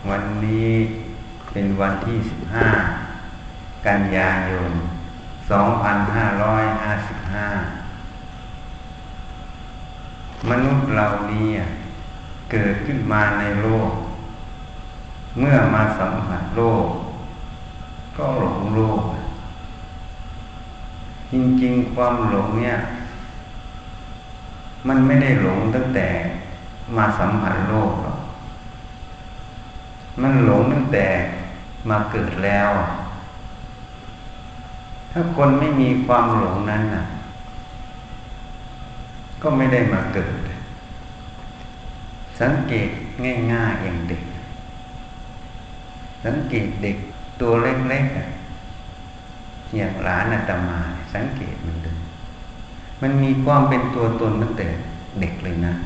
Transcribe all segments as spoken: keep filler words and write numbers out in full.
วันนี้เป็นวันที่สิบห้ากันยายนสองพันห้าร้อยห้าสิบห้ามนุษย์เรานี้เกิดขึ้นมาในโลกเมื่อมาสัมผัสโลกก็หลงโลกจริงๆความหลงเนี่ยมันไม่ได้หลงตั้งแต่มาสัมผัสโลกหรอกมันหลงตั้งแต่มาเกิดแล้วถ้าคนไม่มีความหลงนั้นน่ะก็ไม่ได้มาเกิดสังเกตง่ายๆอย่างเด็กสังเกตเด็กตัวเล็กๆอย่างหลานอาตมาสังเกตมันดูมันมีความเป็นตัวตนตั้งแต่เด็กเลยนะ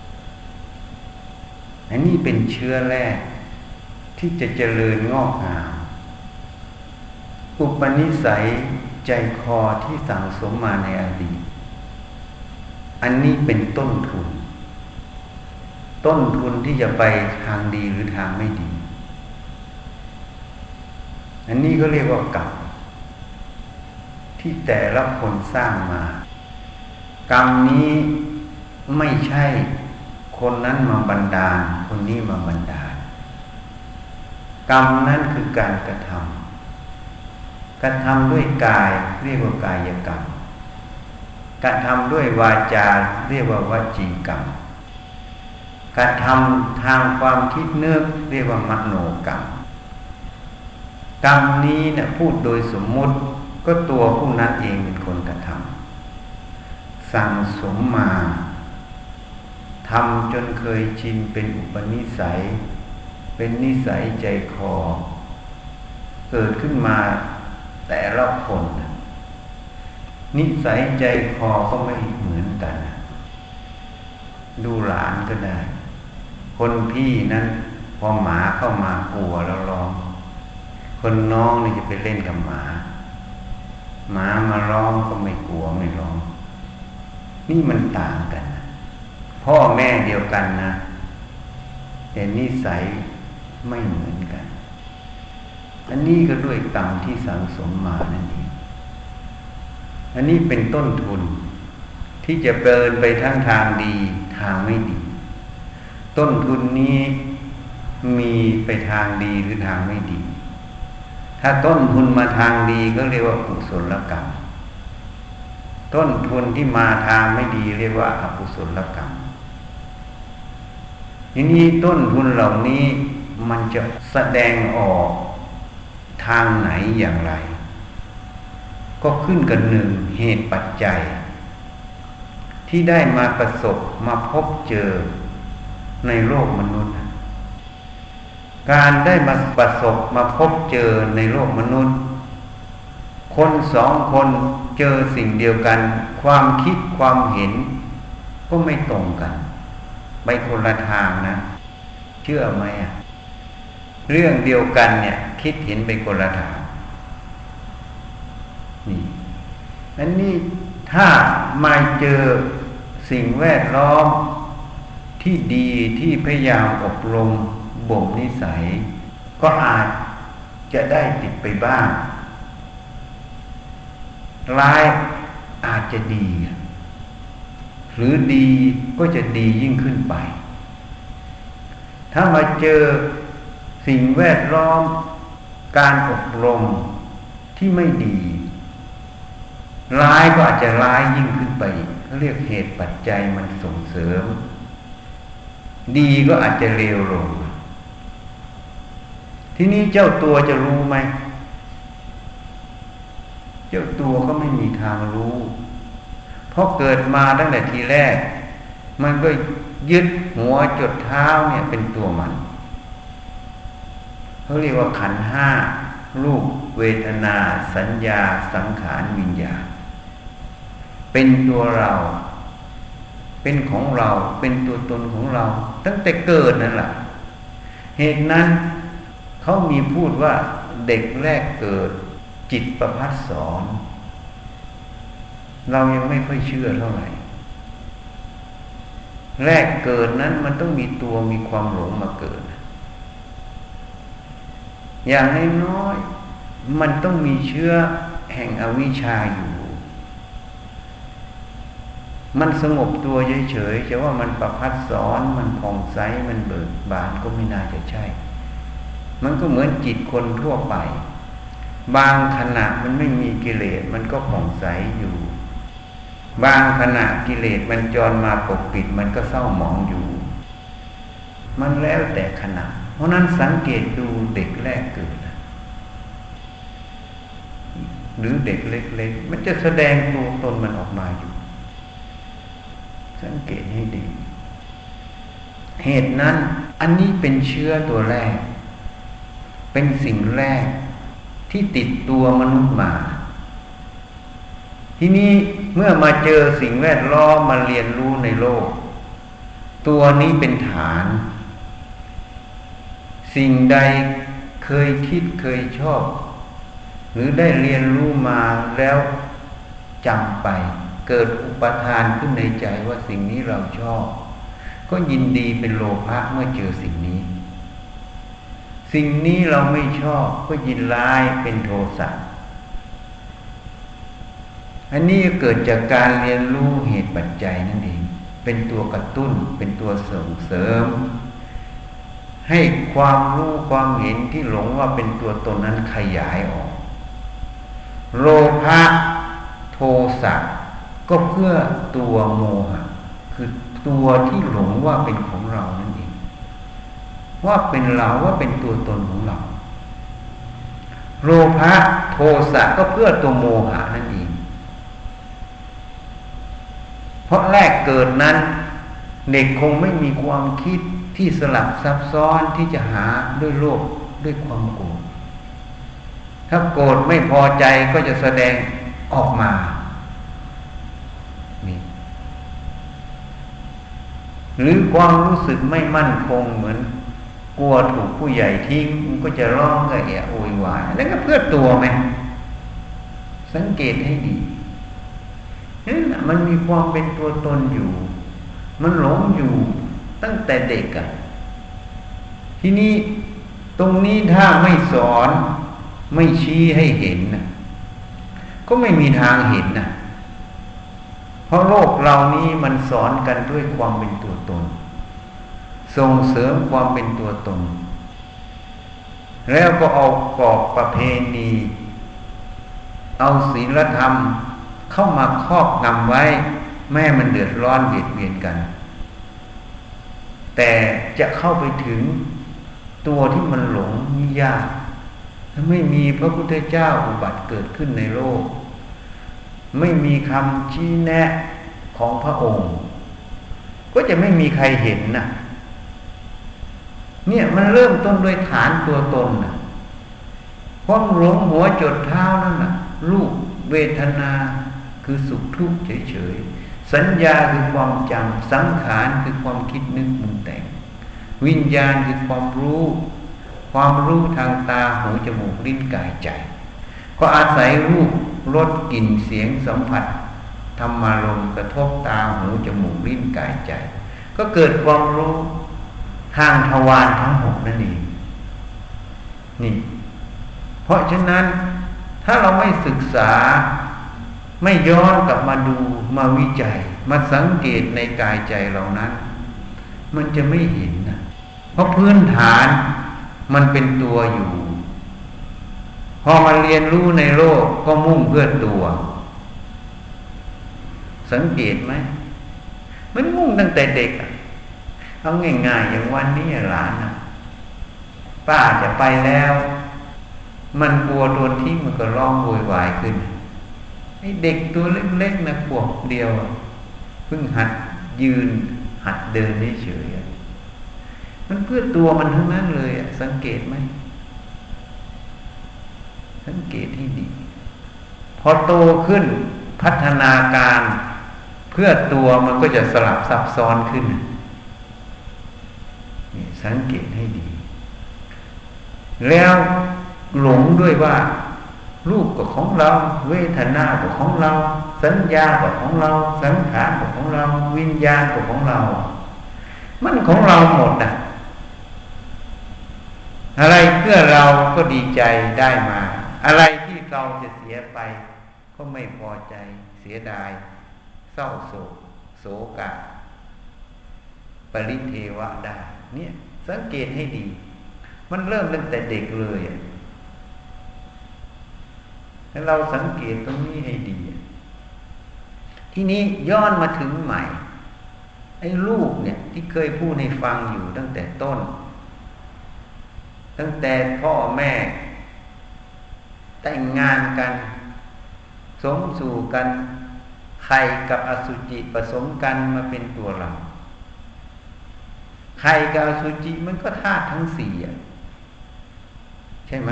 อันนี้เป็นเชื้อแรกที่จะเจริญงอกงามอุปนิสัยใจคอที่สั่งสมมาในอดีตอันนี้เป็นต้นทุนต้นทุนที่จะไปทางดีหรือทางไม่ดีอันนี้ก็เรียกว่ากรรมที่แต่ละคนสร้างมากรรมนี้ไม่ใช่คนนั้นมาบันดาลคนนี้มาบันดาลกรรมนั้นคือการกระทำกระทำด้วยกายเรียกว่ากายกรรมกระทำด้วยวาจาเรียกว่าวจีกรรมกระทำทางความคิดนึกเรียกว่ามโนกรรมกรรมนี้เนี่ยพูดโดยสมมุติก็ตัวผู้นั้นเองเป็นคนกระทำสั่งสมมาทำจนเคยชินเป็นอุปนิสัยเป็นนิสัยใจคอเกิดขึ้นมาแต่ละคนนิสัยใจคอก็ไม่เหมือนกันดูหลานก็ได้คนพี่นั้นพอหมาเข้ามากลัวแล้วร้องคนน้องนี่จะไปเล่นกับหมาหมามาร้องก็ไม่กลัวไม่ร้องนี่มันต่างกันพ่อแม่เดียวกันนะแต่นิสัยไม่เหมือนกันอันนี้ก็ด้วยกรรมที่สังสมมานั่นเองอันนี้เป็นต้นทุนที่จะเดินไปทั้งทางดีทางไม่ดีต้นทุนนี้มีไปทางดีหรือทางไม่ดีถ้าต้นทุนมาทางดีก็เรียกว่ากุศลกรรมต้นทุนที่มาทางไม่ดีเรียกว่าอกุศลกรรมทีนี้ต้นทุนเหล่านี้มันจะแสดงออกทางไหนอย่างไรก็ขึ้นกับหนึ่งเหตุปัจจัยที่ได้มาประสบมาพบเจอในโลกมนุษย์การได้มาประสบมาพบเจอในโลกมนุษย์คนสองคนเจอสิ่งเดียวกันความคิดความเห็นก็ไม่ตรงกันไปคนละทางนะเชื่อไหมอ่ะเรื่องเดียวกันเนี่ยคิดเห็นไปคนละทางนี่อันนี้ถ้ามาเจอสิ่งแวดล้อมที่ดีที่พยายามอบรมบ่มนิสัยก็อาจจะได้ติดไปบ้างร้ายอาจจะดีหรือดีก็จะดียิ่งขึ้นไปถ้ามาเจอสิ่งแวดล้อมการอบรมที่ไม่ดีร้ายก็อาจจะร้ายยิ่งขึ้นไปเขาเรียกเหตุปัจจัยมันส่งเสริมดีก็อาจจะเลวลงทีนี้เจ้าตัวจะรู้ไหมเจ้าตัวก็ไม่มีทางรู้เพราะเกิดมาตั้งแต่ทีแรกมันก็ยึดหัวจดเท้าเนี่ยเป็นตัวมันเขาเรียกว่าขันธ์ห้ารูปเวทนาสัญญาสังขารวิญญาณเป็นตัวเราเป็นของเราเป็นตัวตนของเราตั้งแต่เกิดนั่นแหละเหตุนั้นเขามีพูดว่าเด็กแรกเกิดจิตประภัสสรเรายังไม่ค่อยเชื่อเท่าไหร่ แรกเกิดนั้นมันต้องมีตัวมีความหลงมาเกิดอย่างน้อยๆมันต้องมีเชื้อแห่งอวิชชาอยู่มันสงบตัวเฉยๆจะว่ามันประพัดสอนมันผ่องใสมันเบิกบานก็ไม่น่าจะใช่มันก็เหมือนจิตคนทั่วไปบางขณะมันไม่มีกิเลสมันก็ผ่องใสอยู่บางขณะกิเลสมันจรมาปกปิดมันก็เศร้าหมองอยู่มันแล้วแต่ขณะเพราะนั้นสังเกตดูเด็กแรกเกิดหรือเด็กเล็กๆมันจะแสดงตัวตนมันออกมาอยู่สังเกตให้ดีเหตุนั้นอันนี้เป็นเชื้อตัวแรกเป็นสิ่งแรกที่ติดตัวมนุษย์มาทีนี้เมื่อมาเจอสิ่งแวดล้อมมาเรียนรู้ในโลกตัวนี้เป็นฐานสิ่งใดเคยคิดเคยชอบหรือได้เรียนรู้มาแล้วจำไปเกิดอุปทานขึ้นในใจว่าสิ่งนี้เราชอบก็ยินดีเป็นโลภะเมื่อเจอสิ่งนี้สิ่งนี้เราไม่ชอบก็ยินร้ายเป็นโทสะอันนี้เกิดจากการเรียนรู้เหตุปัจจัยนั่นเองเป็นตัวกระตุ้นเป็นตัวส่งเสริมให้ความรู้ความเห็นที่หลงว่าเป็นตัวตนนั้นขยายออกโลภะโทสะก็เพื่อตัวโมหะคือตัวที่หลงว่าเป็นของเรานั่นเองว่าเป็นเราว่าเป็นตัวตนของเราโลภะโทสะก็เพื่อตัวโมหะนั่นเองเพราะแรกเกิดนั้นเด็กคงไม่มีความคิดที่สลับซับซ้อนที่จะหาด้วยโลภด้วยความโกรธถ้าโกรธไม่พอใจก็จะแสดงออกมานี่หรือความรู้สึกไม่มั่นคงเหมือนกลัวถูกผู้ใหญ่ทิ้งมันก็จะร้องกระเอะโวยวายนั่นก็เพื่อตัวไหมสังเกตให้ดีนั่นแหละมันมีความเป็นตัวตนอยู่มันหลงอยู่ตั้งแต่เด็กอ่ะทีนี้ตรงนี้ถ้าไม่สอนไม่ชี้ให้เห็นนะก็ไม่มีทางเห็นนะเพราะโลกเหล่านี้มันสอนกันด้วยความเป็นตัวตนส่งเสริมความเป็นตัวตนแล้วก็เอากรอบประเพณีเอาศีลธรรมเข้ามาครอบงำไว้แม่มันเดือดร้อนเบียดเบียนกันแต่จะเข้าไปถึงตัวที่มันหลงนี่ยากถ้าไม่มีพระพุทธเจ้าอุบัติเกิดขึ้นในโลกไม่มีคำชี้แนะของพระองค์ก็จะไม่มีใครเห็นนะเนี่ยมันเริ่มต้นด้วยฐานตัวตนนะความหลงหัวจดเท้านั่นนะรูปเวทนาคือสุขทุกข์เฉยๆสัญญาคือความจำสังขารคือความคิดนึกปรุงแต่งวิญญาณคือความรู้ความรู้ทางตาหูจมูกลิ้นกายใจก็อาศัยรูปรสกลิ่นเสียงสัมผัสธรรมารมณ์กระทบตาหูจมูกลิ้นกายใจก็เกิดความรู้ทางทวารทั้งหกนั่นเองนี่เพราะฉะนั้นถ้าเราไม่ศึกษาไม่ย้อนกลับมาดูมาวิจัยมาสังเกตในกายใจเหล่านั้นมันจะไม่เห็นนะเพราะพื้นฐานมันเป็นตัวอยู่พอมาเรียนรู้ในโลกก็มุ่งเพื่อตัวสังเกตไหมมันมุ่งตั้งแต่เด็กเอาง่ายๆอย่างวันนี้หลานนะป้าจะไปแล้วมันกลัวโดนทิ้งมันก็ร้องโวยวายขึ้นไอ้เด็กตัวเล็กๆนะขวบเดียวเพิ่งหัดยืนหัดเดินเฉยๆมันเพื่อตัวมันทั้งนั้นเลยสังเกตไหมสังเกตให้ดีพอโตขึ้นพัฒนาการเพื่อตัวมันก็จะสลับซับซ้อนขึ้นนี่สังเกตให้ดีแล้วหลงด้วยว่ารูปก็ของเราเวทนาก็ของเราสัญญาก็ของเราสังขารก็ของเราวิญญาณก็ของเรามันของเราหมดอ่ะอะไรเพื่อเราก็ดีใจได้มาอะไรที่เราจะเสียไปก็ไม่พอใจเสียดายเศร้าโศกโศกะปริเทวะได้เนี่ยสังเกตให้ดีมันเริ่มตั้งแต่เด็กเลยให้เราสังเกตตรงนี้ให้ดีทีนี้ย้อนมาถึงใหม่ไอ้ลูกเนี่ยที่เคยพูดให้ฟังอยู่ตั้งแต่ต้นตั้งแต่พ่อแม่แต่งงานกันสมสู่กันไข่กับอสุจิผสมกันมาเป็นตัวเราไข่กับอสุจิมันก็ธาตุทั้งสี่ใช่ไหม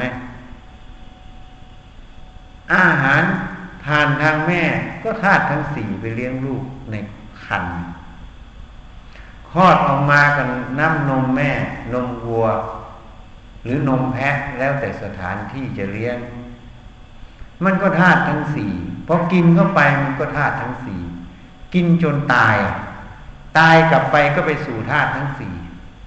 อาหารผ่านทางแม่ก็ธาตุทั้งสี่ไปเลี้ยงลูกในครรภ์คลอดออกมากันน้ำนมแม่นมวัวหรือนมแพะแล้วแต่สถานที่จะเลี้ยงมันก็ธาตุทั้งสี่พอกินเข้าไปมันก็ธาตุทั้งสี่กินจนตายตายกลับไปก็ไปสู่ธาตุทั้งสี่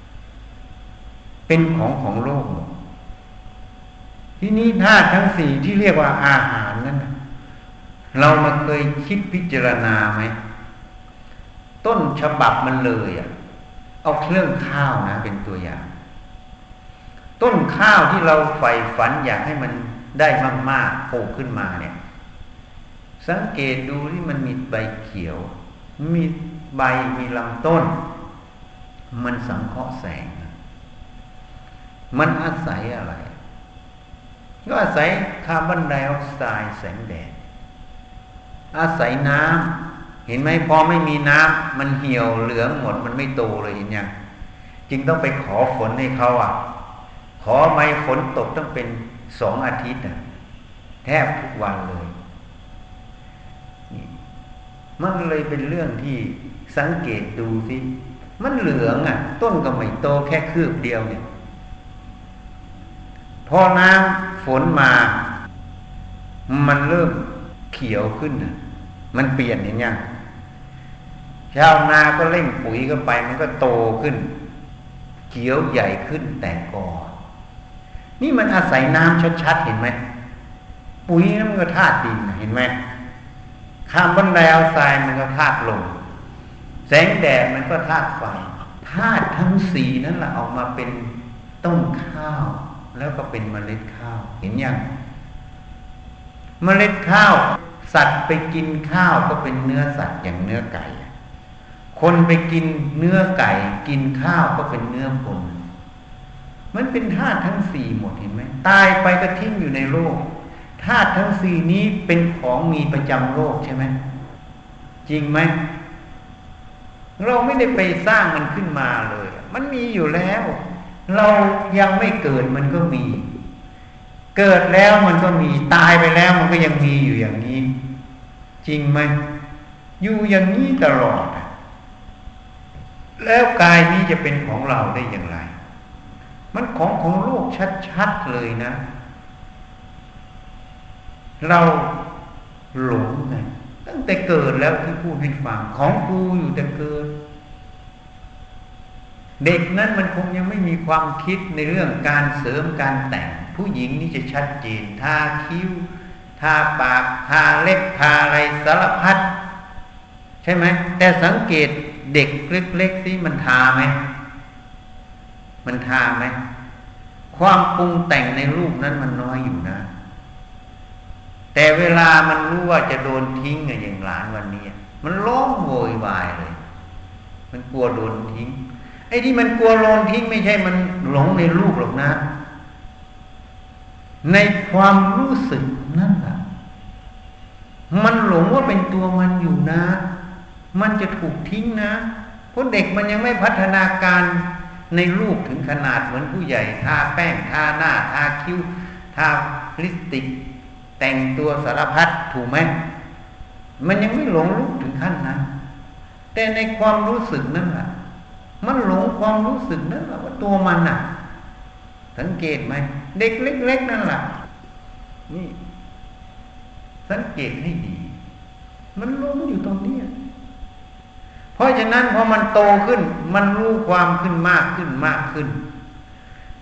เป็นของของโลกหมดที่นี้ธาตุทั้งสี่ที่เรียกว่าอาหารนั้นเรามาเคยคิดพิจารณาไหมต้นฉบับมันเลยอ่ะเอาเรื่องข้าวนะเป็นตัวอย่างต้นข้าวที่เราใฝ่ฝันอยากให้มันได้มากๆโผล่ขึ้นมาเนี่ยสังเกตดูที่มันมีใบเขียวมีใบมีลำต้นมันสังเคราะห์แสงมันอาศัยอะไรก็อาศัยคาร์บอนไดออกไซด์แสงแดดอาศัยน้ำเห็นไหมพอไม่มีน้ำมันเหี่ยวเหลืองหมดมันไม่โตเลยเห็นยังจึงต้องไปขอฝนให้เขาอ่ะขอไม่ฝนตกต้องเป็นสองอาทิตย์อ่ะแทบทุกวันเลยนี่มันเลยเป็นเรื่องที่สังเกตดูสิมันเหลืองอ่ะต้นก็ไม่โตแค่คืบเดียวเนี่ยพอน้ำฝนมามันเริ่มเขียวขึ้นอ่ะมันเปลี่ยนอย่างเงี้ยชาวนาก็เร่งปุ๋ยเข้าไปมันก็โตขึ้นเขียวใหญ่ขึ้นแต่กอนี่มันอาศัยน้ำชัดๆเห็นไหมปุ๋ยนั่นมันก็ธาตุดินเห็นไหมคาร์บอนไดออกไซด์มันก็ธาตุลมแสงแดดมันก็ธาตุไฟธาตุทั้งสี่นั่นแหละออกมาเป็นต้นข้าวแล้วก็เป็นเมล็ดข้าวเห็นยังเมล็ดข้าวสัตว์ไปกินข้าวก็เป็นเนื้อสัตว์อย่างเนื้อไก่คนไปกินเนื้อไก่กินข้าวก็เป็นเนื้อคนมันเป็นธาตุทั้งสี่หมดเห็นไหมตายไปก็ทิ้งอยู่ในโลกธาตุทั้งสี่นี้เป็นของมีประจำโลกใช่ไหมจริงไหมเราไม่ได้ไปสร้างมันขึ้นมาเลยมันมีอยู่แล้วเรายังไม่เกิดมันก็มีเกิดแล้วมันก็มีตายไปแล้วมันก็ยังมีอยู่อย่างนี้จริงไหมอยู่อย่างนี้ตลอดแล้วกายนี้จะเป็นของเราได้อย่างไรมันของของโลกชัดๆเลยนะเราหลงไงตั้งแต่เกิดแล้วที่พูดให้ฟังของกูอยู่แต่เกิดเด็กนั้นมันคงยังไม่มีความคิดในเรื่องการเสริมการแต่งผู้หญิงนี่จะชัดเจนทาคิ้วทาปากทาเล็บทาอะไรสารพัดใช่ไหมแต่สังเกตเด็กเล็กๆสิมันทาไหมมันทาไหมความปรุงแต่งในรูปนั้นมันน้อยอยู่นะแต่เวลามันรู้ว่าจะโดนทิ้งอย่างหลานวันนี้มันร้องโวยวายเลยมันกลัวโดนทิ้งไอ้ที่มันกลัวโดนทิ้งไม่ใช่มันหลงในรูปหรอกนะในความรู้สึกนั่นแหละมันหลงว่าเป็นตัวมันอยู่นะมันจะถูกทิ้งนะเพราะเด็กมันยังไม่พัฒนาการในรูปถึงขนาดเหมือนผู้ใหญ่ทาแป้งทาหน้าทาคิ้วทาลิปสติกแต่งตัวสารพัดถูกไหมมันยังไม่หลงรูปถึงขั้นนั้นแต่ในความรู้สึกนั่นแหละมันหลงความรู้สึกนั่นแหละว่าตัวมันน่ะสังเกตไหมเด็กเล็กๆนั่นแหละนี่สังเกตให้ดีมันหลงอยู่ตรงนี้เพราะฉะนั้นพอมันโตขึ้นมันรู้ความขึ้นมากขึ้นมากขึ้น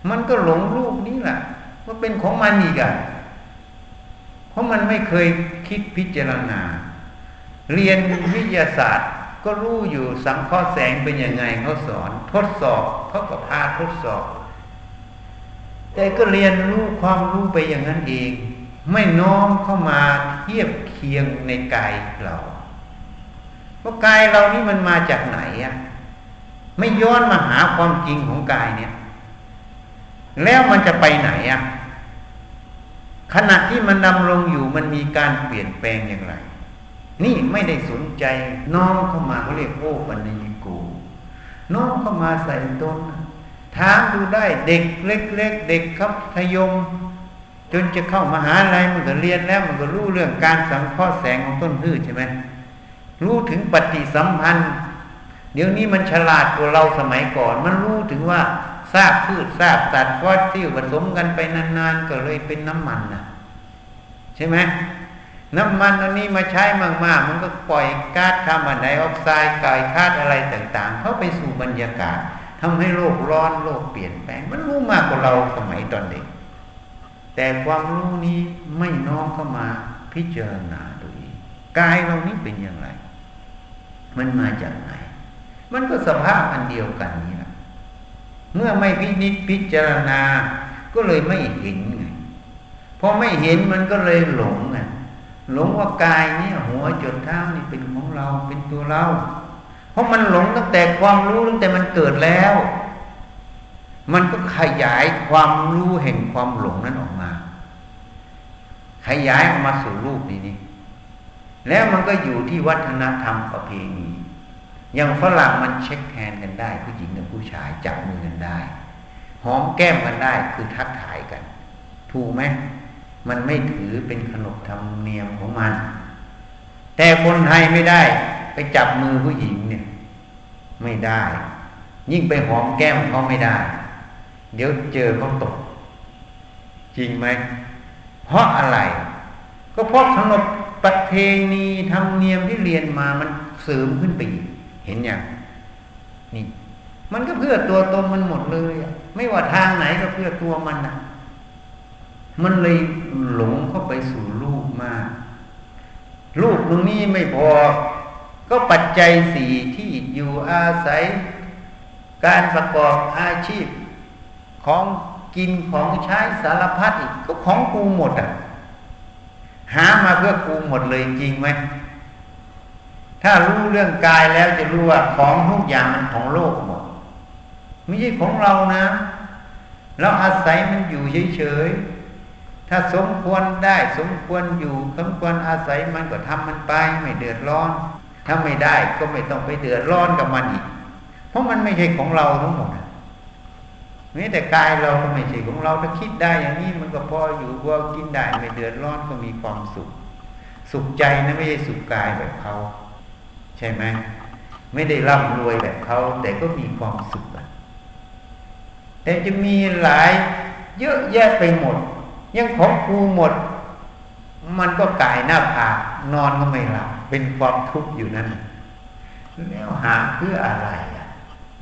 มันก็หลงรูปนี้แหละว่าเป็นของมันอีกอ่ะเพราะมันไม่เคยคิดพิจารณาเรียนวิทยาศาสตร์ก็รู้อยู่สังเคราะห์แสงเป็นยังไงเขาสอนทดสอบเขาก็พาทดสอบแต่ก็เรียนรู้ความรู้ไปอย่างนั้นเองไม่น้อมเข้ามาเทียบเคียงในกายเราเพราะกายเรานี่มันมาจากไหนอ่ะไม่ย้อนมาหาความจริงของกายเนี่ยแล้วมันจะไปไหนอ่ะขณะที่มันดำรงอยู่มันมีการเปลี่ยนแปลงอย่างไรนี่ไม่ได้สนใจน้อมเข้ามาเขาเรียกโอปัญญิโกน้อมเข้ามาใส่ตนถามดูได้เด็กเล็กๆเด็กครับทยมจนจะเข้ามหาลัยมันก็เรียนแล้วมันก็รู้เรื่องการสังเคราะห์แสงของต้นพืชใช่ไหมรู้ถึงปฏิสัมพันธ์เดี๋ยวนี้มันฉลาดกว่าเราสมัยก่อนมันรู้ถึงว่าซากพืชซากสัตว์ฟอสซิลผสมกันไปนานๆก็เลยเป็นน้ำมันนะใช่ไหมน้ำมันอันนี้มาใช้มากๆมันก็ปล่อยก๊าซคาร์บอนไดออกไซด์ก่อยคาดอะไรต่างๆเข้าไปสู่บรรยากาศทำให้โลกร้อนโลกเปลี่ยนแปลงมันรู้มากกว่าเราสมัยตอนเด็กแต่ความรู้นี้ไม่น้อมเข้ามาพิจารณาตัวเองกายเรานี้เป็นอย่างไรมันมาจากไหนมันก็สภาพอันเดียวกันนี้แหละเมื่อไม่พินิจพิจารณาก็เลยไม่เห็นไงพอไม่เห็นมันก็เลยหลงไงหลงว่ากายนี้หัวจดเท้านี่เป็นของเราเป็นตัวเราเพราะมันหลงตั้งแต่ความรู้ตั้งแต่มันเกิดแล้วมันก็ขยายความรู้แห่งความหลงนั้นออกมาขยายออกมาสู่รูปนี้นี่แล้วมันก็อยู่ที่วัฒนธรรมประเพณีอย่างฝรั่งมันเช็คแฮนด์กันได้ผู้หญิงกับผู้ชายจับมือกันได้หอมแก้มกันได้คือทักทายกันถูกไหมมันไม่ถือเป็นขนบธรรมเนียมของมันแต่คนไทยไม่ได้ไปจับมือผู้หญิงเนี่ยไม่ได้ยิ่งไปหอมแก้มเขาไม่ได้เดี๋ยวเจอเขาตกจริงไหมเพราะอะไรก็เพราะขนบประเพณีธรรมเนียมที่เรียนมามันเสริมขึ้นไปอีกเห็นอย่างนี่มันก็เพื่อตัวตนมันหมดเลยไม่ว่าทางไหนก็เพื่อตัวมันนะมันเลยหลงเข้าไปสู่รูปมากรูปตรงนี้ไม่พอก็ปัจจัยสี่ที่อยู่อาศัยการประกอบอาชีพของกินของใช้สารพัดอีกก็ของกูหมดอ่ะหามาเพื่อกูหมดเลยจริงไหมถ้ารู้เรื่องกายแล้วจะรู้ว่าของทุกอย่างมันของโลกหมดไม่ใช่ของเรานะเราอาศัยมันอยู่เฉยๆถ้าสมควรได้สมควรอยู่สมควรอาศัยมันก็ทำมันไปไม่เดือดร้อนถ้าไม่ได้ก็ไม่ต้องไปเดือดร้อนกับมันอีกเพราะมันไม่ใช่ของเราทั้งหมดแม้แต่กายเราก็ไม่ใช่ของเราถ้าคิดได้อย่างนี้มันก็พออยู่พอกินได้ไม่เดือดร้อนก็มีความสุขสุขใจนะไม่ใช่สุขกายแบบเขาใช่ไหมไม่ได้ร่ำรวยแบบเขาแต่ก็มีความสุขแต่จะมีหลายเยอะแยะไปหมดยังของกูหมดมันก็กายหน้าผากนอนก็ไม่หลับเป็นความทุกข์อยู่นั่นแล้วหาเพื่ออะไรอ่ะ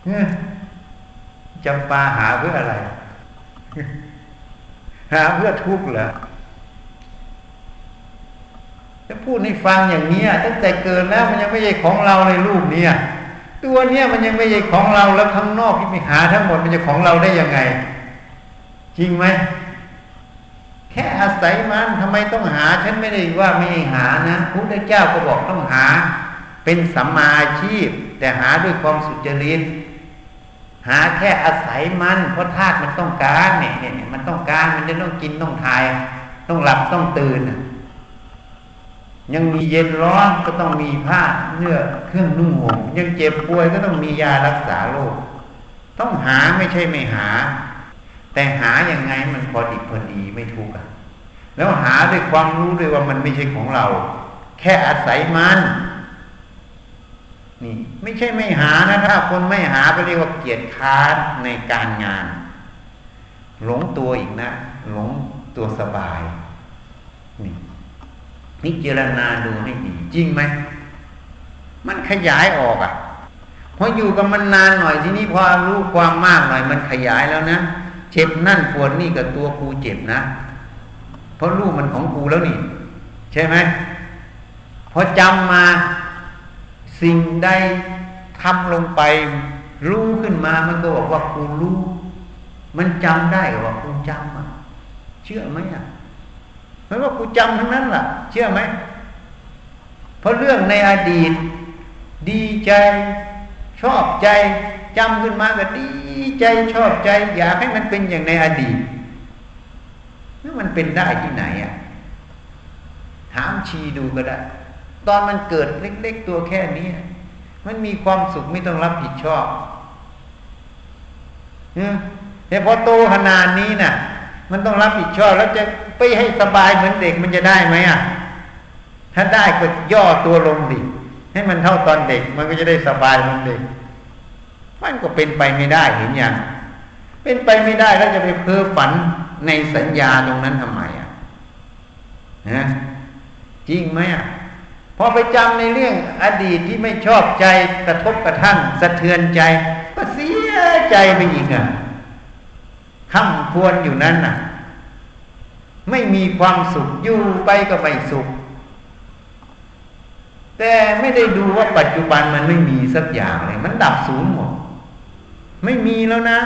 จำปาหาเพื่ออะไรหาเพื่อทุกข์เหรอจะพูดให้ฟังอย่างนี้ตั้งแต่เกิดแล้วมันยังไม่ใช่ของเราในรูปนี้ตัวเนี้ยมันยังไม่ใช่ของเราแล้วข้างนอกที่ไปหาทั้งหมดมันจะของเราได้ยังไงจริงไหมแค่อาศัยมันทำไมต้องหาฉันไม่ได้ว่าไม่หานะพระพุทธเจ้าก็บอกต้องหาเป็นสัมมาอาชีพแต่หาด้วยความสุจริตหาแค่อาศัยมันเพราะธาตุมันต้องการเนี่ยเนี่ยมันต้องการมันจะต้องกินต้องทายต้องหลับต้องตื่นยังมีเย็นร้อนก็ต้องมีผ้าเนื้อเครื่องนุ่งห่มยังเจ็บป่วยก็ต้องมียารักษาโรคต้องหาไม่ใช่ไม่หาแต่หาอย่างไงมันพอดีพอดีไม่ถูกอ่ะแล้วหาด้วยความรู้ด้วยว่ามันไม่ใช่ของเราแค่อาศัยมันนี่ไม่ใช่ไม่หานะถ้าคนไม่หาก็เรียกว่าเกียจค้านในการงานหลงตัวอีกนะหลงตัวสบายนี่พิจารณาดูให้ดีจริงไหมมันขยายออกอ่ะพออยู่กับมันนานหน่อยทีนี้พอรู้ความมากหน่อยมันขยายแล้วนะเจ็บนั่นปวดนี่กับตัวกูเจ็บนะเพราะรูปมันของกูแล้วนี่ใช่ไหมพอจำมาสิ่งใดทำลงไปรู้ขึ้นมามันก็บอกว่ากูรู้มันจำได้ว่ากูจำอ่ะเชื่อไหมอ่ะเพราะว่ากูจำทั้งนั้นล่ะเชื่อไหมเพราะเรื่องในอดีตดีใจชอบใจจำขึ้นมาก็ดีใจชอบใจอยากให้มันเป็นอย่างในอดีตนี่มันเป็นได้ที่ไหนอ่ะถามชีดูก็ได้ตอนมันเกิดเล็กๆตัวแค่นี้มันมีความสุขไม่ต้องรับผิดชอบเนี่ยแต่พอโตขนาดนี้น่ะมันต้องรับผิดชอบแล้วจะไปให้สบายเหมือนเด็กมันจะได้ไหมอ่ะถ้าได้ก็ย่อตัวลงดิให้มันเท่าตอนเด็กมันก็จะได้สบายเหมือนเด็กมันก็เป็นไปไม่ได้เห็นยังเป็นไปไม่ได้แล้วจะไปเพ้อฝันในสัญญาตรงนั้นทำไมอ่ะนะจริงไหมอ่ะพอไปจำในเรื่องอดีตที่ไม่ชอบใจกระทบกระทั่งสะเทือนใจก็เสียใจไปอีกอ่ะคำควรอยู่นั้นน่ะไม่มีความสุขอยู่ไปก็ไม่สุขแต่ไม่ได้ดูว่าปัจจุบันมันไม่มีสักอย่างเลยมันดับศูนย์หมดไม่มีแล้วนะ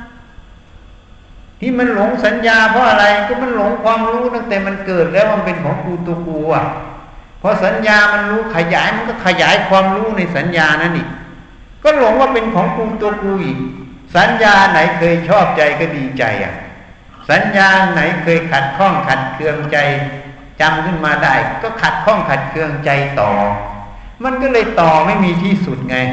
ที่มันหลงสัญญาเพราะอะไรก็มันหลงความรู้ตั้งแต่มันเกิดแล้วมันเป็นของกูตัวกูอ่ะพอสัญญามันรู้ขยายมันก็ขยายความรู้ในสัญญานั้นอีกก็หลงว่าเป็นของกูตัวกูอีกสัญญาไหนเคยชอบใจก็ดีใจอ่ะสัญญาไหนเคยขัดข้องขัดเคืองใจจำขึ้นมาได้ก็ขัดข้องขัดเคืองใจต่อมันก็เลยต่อไม่มีที่สุดไง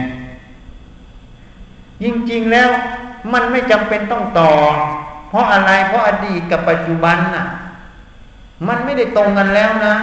จริงๆแล้วมันไม่จำเป็นต้องต่อเพราะอะไรเพราะอดีตกับปัจจุบันน่ะมันไม่ได้ตรงกันแล้วนะ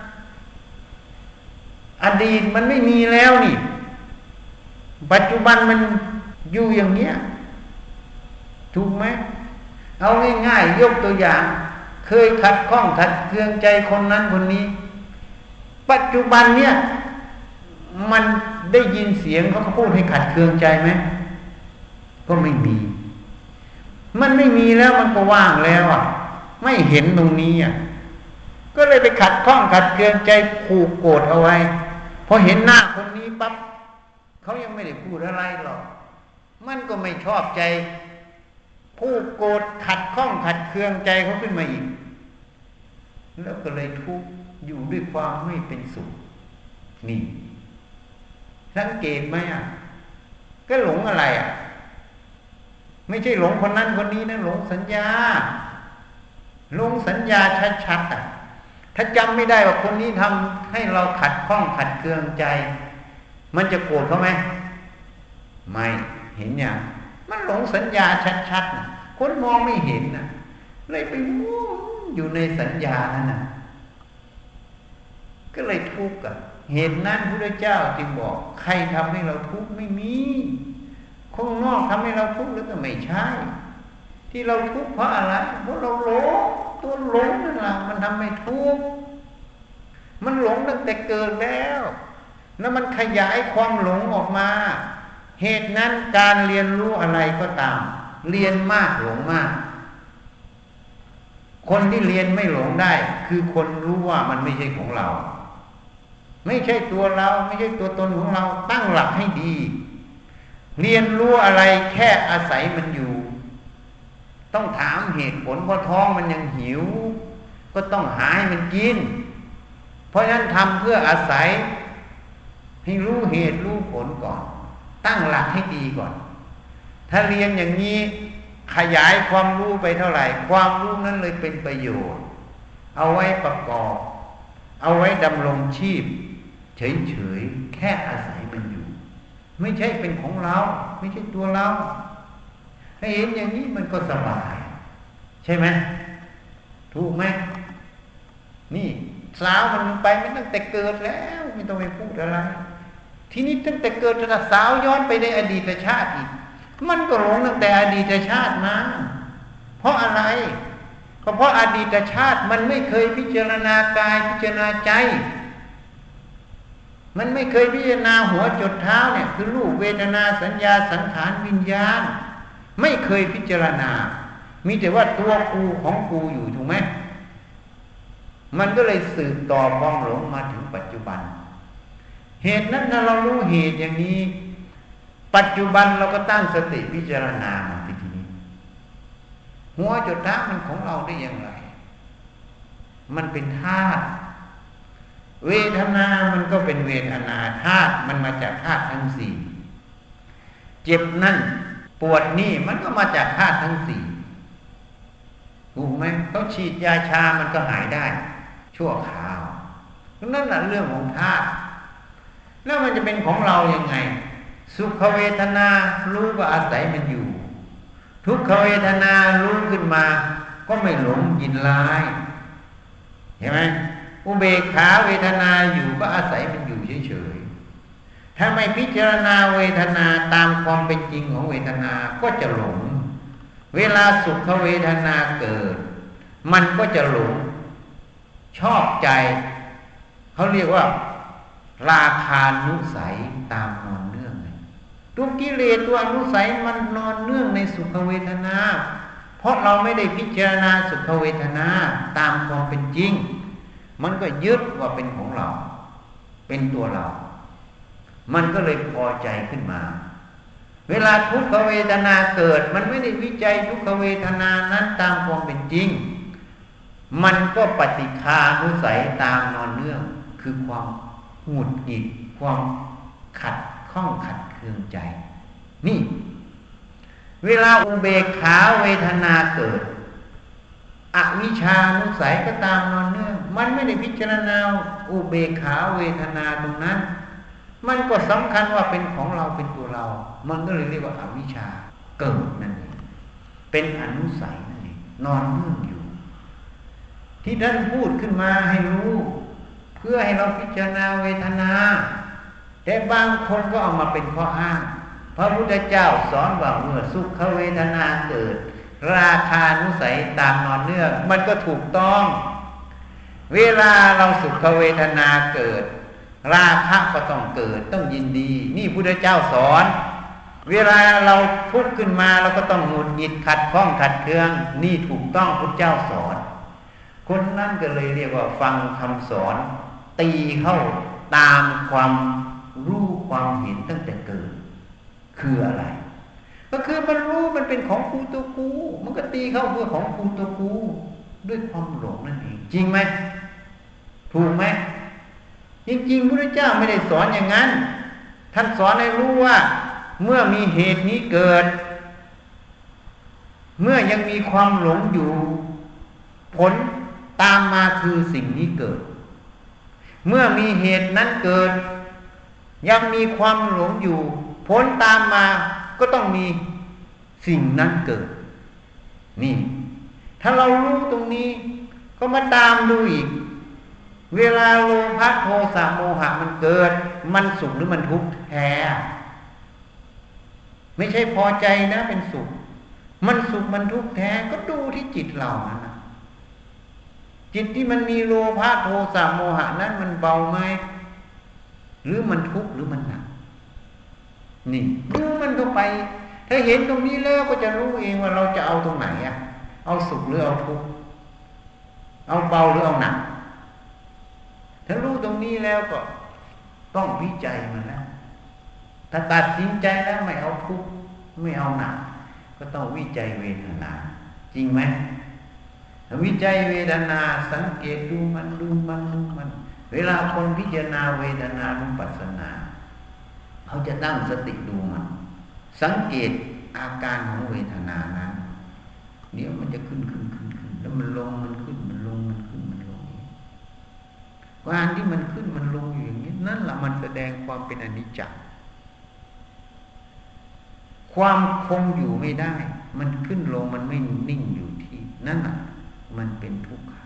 อดีตมันไม่มีแล้วนี่ปัจจุบันมันอยู่อย่างเนี้ยถูกไหมเอาง่ายๆยกตัวอย่างเคยขัดข้องขัดเคืองใจคนนั้นคนนี้ปัจจุบันเนี่ยมันได้ยินเสียงเขาพูดให้ขัดเคืองใจไหมก็ไม่มีมันไม่มีแล้วมันก็ว่างแล้วอ่ะไม่เห็นตรงนี้อ่ะก็เลยไปขัดข้องขัดเคืองใจผูกโกรธเอาไว้พอเห็นหน้าคนนี้ปั๊บเขายังไม่ได้พูดอะไรหรอกมันก็ไม่ชอบใจผูกโกรธขัดข้องขัดเคืองใจเขาขึ้นมาอีกแล้วก็เลยทุกข์อยู่ด้วยความไม่เป็นสุขนี่สังเกตไหมอ่ะก็หลงอะไรอ่ะไม่ใช่หลงคนนั้นคนนี้นะหลงสัญญาหลงสัญญาชัดๆอ่ะถ้าจำไม่ได้ว่าคนนี้ทำให้เราขัดข้องขัดเคืองใจมันจะโกรธเขาไหมไม่เห็นอย่างมันหลงสัญญาชัดๆนะคนมองไม่เห็นนะเลยไปวุ่นอยู่ในสัญญานั่นนะก็เลยทุกข์อ่ะเหตุนั้นพระพุทธเจ้าจึงบอกใครทำให้เราทุกข์ไม่มีข้างนอกทำให้เราทุกข์หรือก็ไม่ใช่ที่เราทุกข์เพราะอะไรเพราะเราหลงตัวหลงนั่นแหละมันทำให้ทุกข์มันหลงตั้งแต่เกิดแล้วแล้วมันขยายความหลงออกมาเหตุนั้นการเรียนรู้อะไรก็ตามเรียนมากหลงมากคนที่เรียนไม่หลงได้คือคนรู้ว่ามันไม่ใช่ของเราไม่ใช่ตัวเราไม่ใช่ตัวตนของเราตั้งหลักให้ดีเรียนรู้อะไรแค่อาศัยมันอยู่ต้องถามเหตุผลเพราะท้องมันยังหิวก็ต้องหาให้มันกินเพราะฉะนั้นทำเพื่ออาศัยให้รู้เหตุรู้ผลก่อนตั้งหลักให้ดีก่อนถ้าเรียนอย่างนี้ขยายความรู้ไปเท่าไหร่ความรู้นั้นเลยเป็นประโยชน์เอาไว้ประกอบเอาไว้ดำรงชีพเฉยๆแค่อาศัยมันอยู่ไม่ใช่เป็นของเราไม่ใช่ตัวเราให้เห็นอย่างนี้มันก็สบายใช่ไหมถูกไหมนี่สาวมันไปไม่ตั้งแต่เกิดแล้วไม่ต้องไปพูดอะไรทีนี้ตั้งแต่เกิดจนสาวย้อนไปในอดีตชาติอีกมันก็หลงตั้งแต่อดีตชาติมาเพราะอะไรก็เพราะอดีตชาติมันไม่เคยพิจารณากายพิจารณาใจมันไม่เคยพิจารณาหัวจดเท้าเนี่ยคือรูปเวทนาสัญญาสังขารวิญญาณไม่เคยพิจารณามีแต่ว่าตัวกูของกูอยู่ถูกไหมมันก็เลยสืบต่อความหลงมาถึงปัจจุบันเหตุนั้นถ้าเรารู้เหตุอย่างนี้ปัจจุบันเราก็ตั้งสติพิจารณามาทีนี้หัวจดเท้ามันของเราได้อย่างไรมันเป็นธาตุเวทนามันก็เป็นเวทนาธาตุมันมาจากธาตุทั้งสี่เจ็บนั่นปวดนี่มันก็มาจากธาตุทั้งสี่ถูกไหมเขาฉีดยาชามันก็หายได้ชั่วคราวนั่นแหละเรื่องของธาตุแล้วมันจะเป็นของเรายังไงสุขเวทนารู้ก็อาศัยมันอยู่ทุกขเวทนารู้ขึ้นมาก็ไม่หลงยินร้ายเห็นไหมอุเบกขาเวทนาอยู่ก็อาศัยมันอยู่เฉยๆถ้าไม่พิจารณาเวทนาตามความเป็นจริงของเวทนาก็จะหลงเวลาสุขเวทนาเกิดมันก็จะหลงชอบใจเขาเรียกว่าราคานุสัยตามนอนเนื่องตัวกิเลสตัวอนุสัยมันนอนเนื่องในสุขเวทนาเพราะเราไม่ได้พิจารณาสุขเวทนาตามความเป็นจริงมันก็ยึดว่าเป็นของเราเป็นตัวเรามันก็เลยพอใจขึ้นมาเวลาทุกขเวทนาเกิดมันไม่ได้วิจัยทุกขเวทนานั้นตามความเป็นจริงมันก็ปฏิฆานุสัยตามนอนเนื่องคือความหงุดหงิดความขัดข้องขัดเคืองใจนี่เวลาอุเบกขาเวทนาเกิดอวิชชานุสัยก็ตามนอนเนื่องมันไม่ได้พิจารณาอุเบกขาเวทนาตรงนั้นมันก็สำคัญว่าเป็นของเราเป็นตัวเรามันก็เลยเรียกว่าอวิชชาเกิดนั่นเองเป็นอนุสัยนั่นเองนอนเนื่องอยู่ที่ท่านพูดขึ้นมาให้รู้เพื่อให้เราพิจารณาเวทนาแต่บางคนก็เอามาเป็นข้ออ้างพระพุทธเจ้าสอนว่าเมื่อสุขเวทนาเกิดราคานุสัยตามนอนเนื่องมันก็ถูกต้องเวลาเราสุขเวทนาเกิดราคะก็ต้องเกิดต้องยินดีนี่พุทธเจ้าสอนเวลาเราทุกข์ขึ้นมาเราก็ต้องหงุดหงิดขัดข้องขัดเคืองนี่ถูกต้องพุทธเจ้าสอนคนนั้นก็เลยเรียกว่าฟังคำสอนตีเข้าตามความรู้ความเห็นตั้งแต่เกิดคืออะไรก็คือมันรู้มันเป็นของกูตัวกูมันก็ตีเข้าเพื่อของกูตัวกูด้วยความหลงนั่นเองจริงไหมถูกไหมจริงๆพระพุทธเจ้าไม่ได้สอนอย่างนั้นท่านสอนให้รู้ว่าเมื่อมีเหตุนี้เกิดเมื่อยังมีความหลงอยู่ผลตามมาคือสิ่งนี้เกิดเมื่อมีเหตุนั้นเกิดยังมีความหลงอยู่ผลตามมาก็ต้องมีสิ่งนั้นเกิดนี่ถ้าเรารู้ตรงนี้ก็มาตามดูอีกเวลาโลภะโทสะโมหะมันเกิดมันสุขหรือมันทุกข์แท้ไม่ใช่พอใจนะเป็นสุขมันสุขมันทุกข์แท้ก็ดูที่จิตเรานะจิตที่มันมีโลภะโทสะโมหะนั้นมันเบาไหมหรือมันทุกข์หรือมันหนักนี่ดูมันเข้าไปถ้าเห็นตรงนี้แล้วก็จะรู้เองว่าเราจะเอาตรงไหนอะเอาสุขหรือเอาทุกข์เอาเบาหรือเอาหนักถ้ารู้ตรงนี้แล้วก็ต้องวิจัยมันแล้วถ้าตัดสินใจแล้วไม่เอาทุกข์ไม่เอาหนักก็ต้องวิจัยเวทนาจริงไหมวิจัยเวทนาสังเกตดูมันดูมันดูมันเวลาคนพิจารณาเวทนานุปัสสนาเขาจะตั้งสติดูมันสังเกตอาการของเวทนานั้นเดี๋ยวมันจะขึ้นขึ้นขึ้นขึ้นแล้วมันลงมันขึ้นมันลงมันขึ้นมันลงการที่มันขึ้นมันลงอยู่อย่างนี้นั่นแหละมันแสดงความเป็นอนิจจ์ความคงอยู่ไม่ได้มันขึ้นลงมันไม่นิ่งอยู่ที่นั่นแหละมันเป็นทุกขัง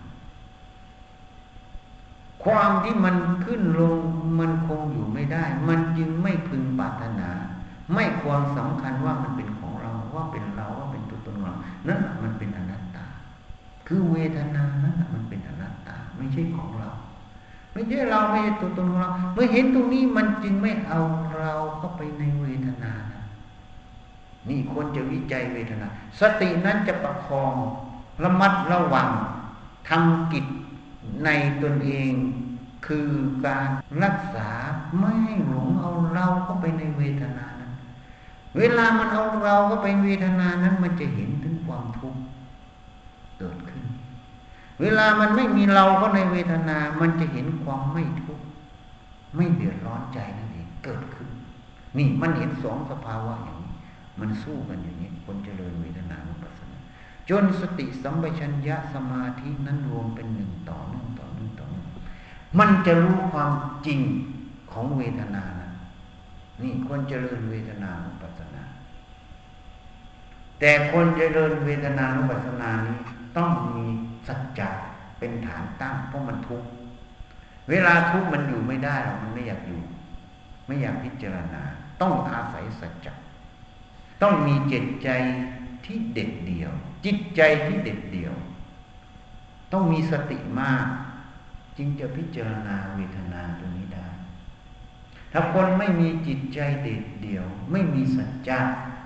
ความที่มันขึ้นลงมันคงอยู่ไม่ได้มันจึงไม่พึงปรารถนาไม่ควรสำคัญว่ามันเป็นของเราว่าเป็นเราว่าเป็นตัวตนเรานั่นมันเป็นอนัตตาคือเวทนานั่นมันเป็นอนัตตาไม่ใช่ของเราไม่ใช่เราไม่ใช่ตัวตนของเราเมื่อเห็นตรงนี้มันจึงไม่เอาเราเข้าไปในเวทนานะนี่ควรจะวิจัยเวทนาสตินั้นจะประคองระมัดระวังทำกิจในตนเองคือการรักษาไม่ให้หลงเอาเราเข้าไปในเวทนานั้นเวลามันเอาเราเข้าไปเวทนานั้นมันจะเห็นถึงความทุกข์เกิดขึ้นเวลามันไม่มีเราเข้าในเวทนามันจะเห็นความไม่ทุกข์ไม่เดือดร้อนใจนั่นเองเกิดขึ้นนี่มันเห็นสองสภาวะอย่างนี้มันสู้กันอย่างนี้คนเจริญเวทนานุปัสสนาจนสติสัมปชัญญะสมาธินั้นรวมเป็นหนึ่งต่อหนึ่งต่อหนึ่งต่อหนึ่งมันจะรู้ความจริงของเวทนานะนี่คนเจริญเวทนานุปัสสนาแต่คนเจริญเวทนานุปัสสนานี้ต้องมีสัจจะเป็นฐานตั้งเพราะมันทุกข์เวลาทุกข์มันอยู่ไม่ได้หรอกมันไม่อยากอยู่ไม่อยากพิจารณาต้องอาศัยสัจจะต้องมีจิตใจที่เด็ดเดี่ยวจิตใจที่เด็ดเดี่ยวต้องมีสติมากจึงจะพิจารณาเวทนาตัวนี้ได้ถ้าคนไม่มีจิตใจเด็ดเดี่ยวไม่มีสัจจะ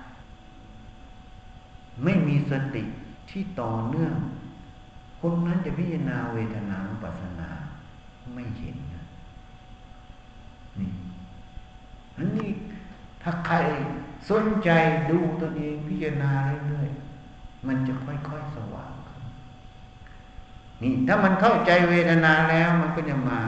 ไม่มีสติที่ต่อเนื่องคนนั้นจะพิจารณาเวทนานุปัสสนาไม่เห็นนะนี่อันนี้ถ้าใครสนใจดูตัวเองพิจารณาเรื่อยๆมันจะค่อยๆสว่างขึ้นนี่ถ้ามันเข้าใจเวทนาแล้วมันก็จะมา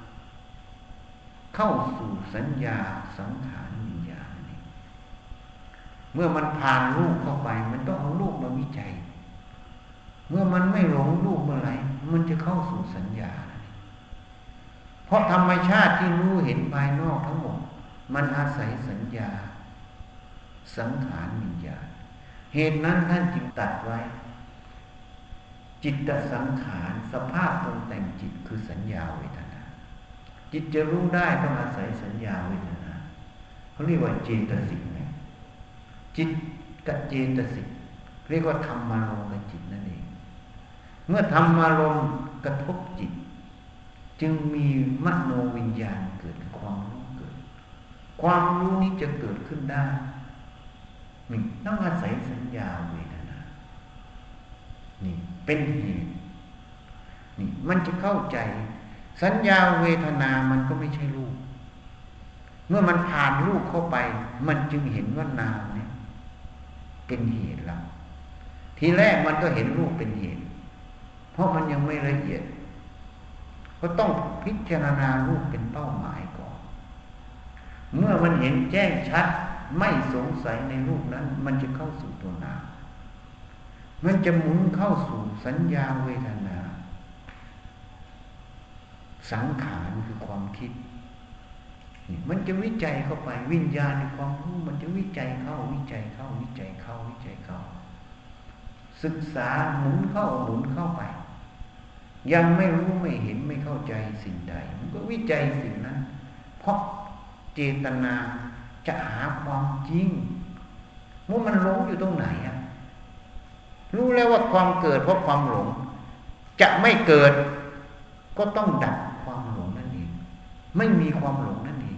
เข้าสู่สัญญาสังขารวิญญาณนี่เมื่อมันผ่านรูปเข้าไปมันต้องเอารูปมาวิจัยเมื่อมันไม่หลงรูปเมื่อไหร่มันจะเข้าสู่สัญญาเพราะธรรมชาติที่รู้เห็นภายนอกทั้งหมดมันอาศัยสัญญาสังขารวิญญาณเหตุนั้นท่านจึงตัดไว้จิตสังขารสภาพปรุงแต่งจิตคือสัญญาเวทนาจิตจะรู้ได้ต้องอาศัยสัญญาเวทนาเขาเรียกว่าเจตสิกนะจิตกับเจตสิกเรียกว่าธรรมารมณ์กับจิตนั่นเองเมื่อธรรมารมณ์กระทบจิตจึงมีมโนวิญญาณเกิดความรู้เกิดความรู้นี้จะเกิดขึ้นได้นี่ต้องอาศัยสัญญาเวทนานี่เป็นเหตุนี่มันจะเข้าใจสัญญาเวทนามันก็ไม่ใช่รูปเมื่อมันผ่านรูปเข้าไปมันจึงเห็นว่านามเนี่ยเป็นเหตุแล้วทีแรกมันก็เห็นรูปเป็นเหตุเพราะมันยังไม่ละเอียดก็ต้องพิจารณารูปเป็นเป้าหมายก่อนเมื่อมันเห็นแจ้งชัดไม่สงสัยในรูปนั้นมันจะเข้าสู่ตัวนามมันจะหมุนเข้าสู่สัญญาเวทนาสังขารคือความคิดมันจะวิจัยเข้าไปวิญญาณในความรู้มันจะวิจัยเข้าวิจัยเข้าวิจัยเข้าวิจัยเข้าศึกษาหมุนเข้าหมุนเข้าไปยังไม่รู้ไม่เห็นไม่เข้าใจสิ่งใดมันก็วิจัยสิ่งนั้นเพราะเจตนาจะหาความจริงว่ามันหลงอยู่ตรงไหนอ่ะรู้แล้วว่าความเกิดเพราะความหลงจะไม่เกิดก็ต้องดับความหลงนั่นเองไม่มีความหลงนั่นเอง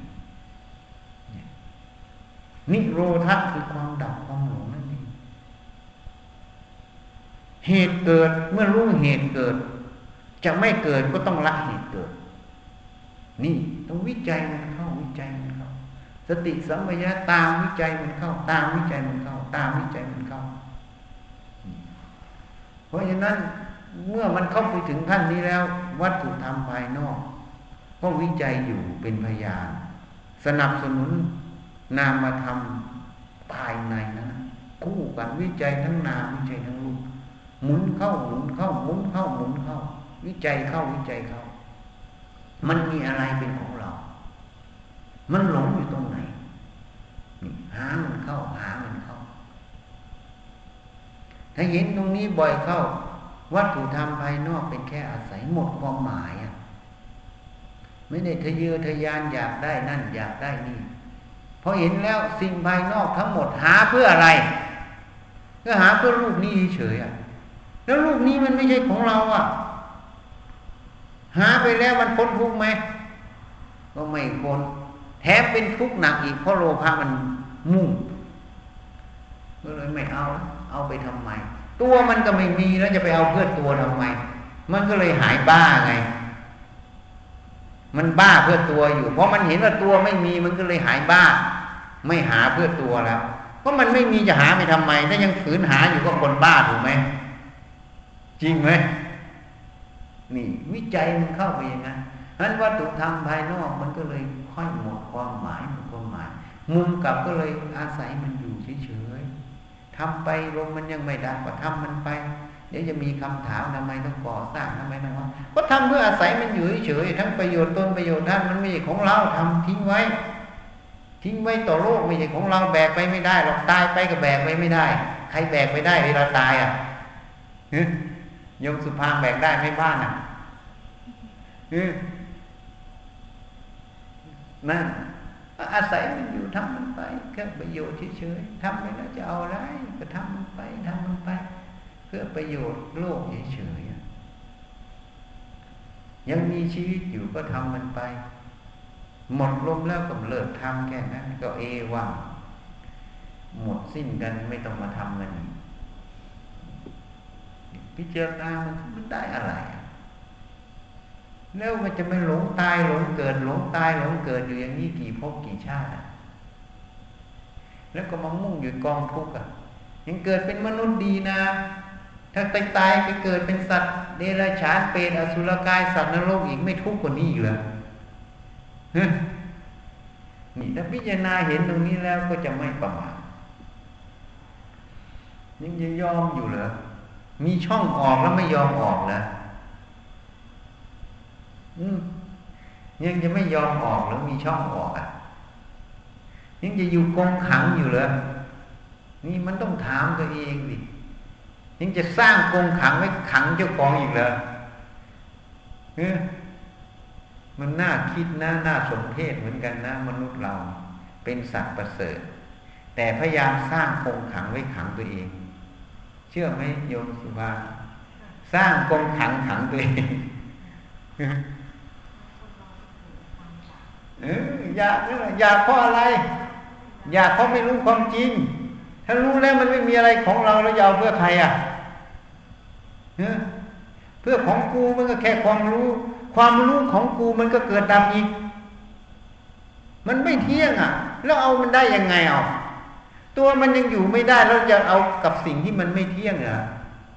นิโรธคือความดับความหลงนั่นเองเหตุเกิดเมื่อรู้เหตุเกิดจะไม่เกิดก็ต้องละเหตุเกิดนี่ต้องวิจัยมันเข้าวิจัยมันเข้าสติสัมปชัญญะตามวิจัยมันเข้าตามวิจัยมันเข้าตามวิจัยมันเข้าเพราะฉะนั้นเมื่อมันเข้าไปถึงขั้นนี้แล้ววัตถุธรรมภายนอกก็วิจัยอยู่เป็นพยานสนับสนุนนามธรรมภายในนั้นคู่กันวิจัยทั้งนามวิจัยทั้งรูปหมุนเข้าหมุนเข้าหมุนเข้าหมุนเข้าวิจัยเข้าวิจัยเข้ามันมีอะไรเป็นของเรามันหลงอยู่ตรงไหนนี่หามันเข้าหามันเข้าถ้าเห็นตรงนี้บ่อยเข้าวัตถุธรรมภายนอกเป็นแค่อาศัยหมดความหมายอ่ะไม่ได้ทะเยอทะยานอยากได้นั่นอยากได้นี่พอเห็นแล้วสิ่งภายนอกทั้งหมดหาเพื่ออะไรก็หาเพื่อรูปนี้เฉยอ่ะแล้วรูปนี้มันไม่ใช่ของเราอ่ะหาไปแล้วมันพ้นทุกข์ไหมก็ไม่พ้นแถมเป็นทุกข์หนักอีกเพราะโลภะมันมุ่งไม่เอาเอาไปทำไมตัวมันก็ไม่มีแล้วจะไปเอาเพื่อตัวทำไมมันก็เลยหายบ้าไงมันบ้าเพื่อตัวอยู่เพราะมันเห็นว่าตัวไม่มีมันก็เลยหายบ้าไม่หาเพื่อตัวแล้วเพราะมันไม่มีจะหาไปทำไมถ้ายังฝืนหาอยู่ก็คนบ้าถูกไหมจริงไหมนี่วิจัยมันเข้าไปอย่างนั้นนั้นวัตถุธรรมภายนอกมันก็เลยค่อยหมดความหมายหมดความหมายมุมกลับก็เลยอาศัยมันอยู่เฉยๆทำไปลมมันยังไม่ดับก็ทำมันไปเดี๋ยวจะมีคำถามทำไมต้องก่อสร้างทำไมต้องว่าก็ทำเพื่ออาศัยมันอยู่เฉยๆทั้งประโยชน์ตนประโยชน์ท่านมันไม่ใช่ของเราทำทิ้งไว้ทิ้งไว้ต่อโลกไม่ใช่ของเราแบกไปไม่ได้หรอกตายไปก็แบกไปไม่ได้ใครแบกไปได้เวลาตายอ่ะโยมสุภาพแบกได้ไม่บ้านอ่ะนั่นอาศัยมันอยู่ทำมันไปแค่ประโยชน์เฉยๆทำไปแล้วจะเอาอะไรก็ทำมันไปทำมันไปเพื่อประโยชน์โลกเฉยๆยังมีชีวิตอยู่ก็ทำมันไปหมดลมแล้วก็เลิกทำแค่นั้นก็เอวังหมดสิ้นกันไม่ต้องมาทำมันพิจารณามันได้อะไรแล้วมันจะไม่หลงตายหลงเกิดหลงตายหลงเกิดอยู่อย่างนี้กี่ภพกี่ชาติแล้วก็มามุ่งอยู่กองทุกข์อ่ะยังเกิดเป็นมนุษย์ดีนะถ้าตายตายไปเกิดเป็นสัตว์เดรัจฉานเปรตอสุรกายสัตว์นรกอีกไม่ทุกข์กว่านี้อีกเหรอนี่ถ้าพิจารณาเห็นตรงนี้แล้วก็จะไม่ประมาทยังจะยอมอยู่เหรอมีช่องออกแล้วไม่ยอมออกเหรอยังจะไม่ยอมออกแล้วมีช่องออกอ่ะยังจะอยู่กองขังอยู่เหรอนี่มันต้องถามตัวเองดิยังจะสร้างกองขังไว้ขังเจ้าของอีกเหรอเออมันน่าคิดนะน่าสมเพชเหมือนกันนะมนุษย์เราเป็นสัตว์ประเสริฐแต่พยายามสร้างกองขังไว้ขังตัวเองเชื่อไหมโยมสุภาสร้างกองขังขังตัวเองเอออยากนี่แหละอยากเพราะอะไรอยากเพราะไม่รู้ความจริงถ้ารู้แล้วมันไม่มีอะไรของเราแล้วจะเอาเพื่อใครอ่ะเพื่อของกูมันก็แค่ความรู้ความรู้ของกูมันก็เกิดดับอีกมันไม่เที่ยงอ่ะแล้วเอามันได้ยังไงเอาตัวมันยังอยู่ไม่ได้แล้วจะเอากับสิ่งที่มันไม่เที่ยงเหรอ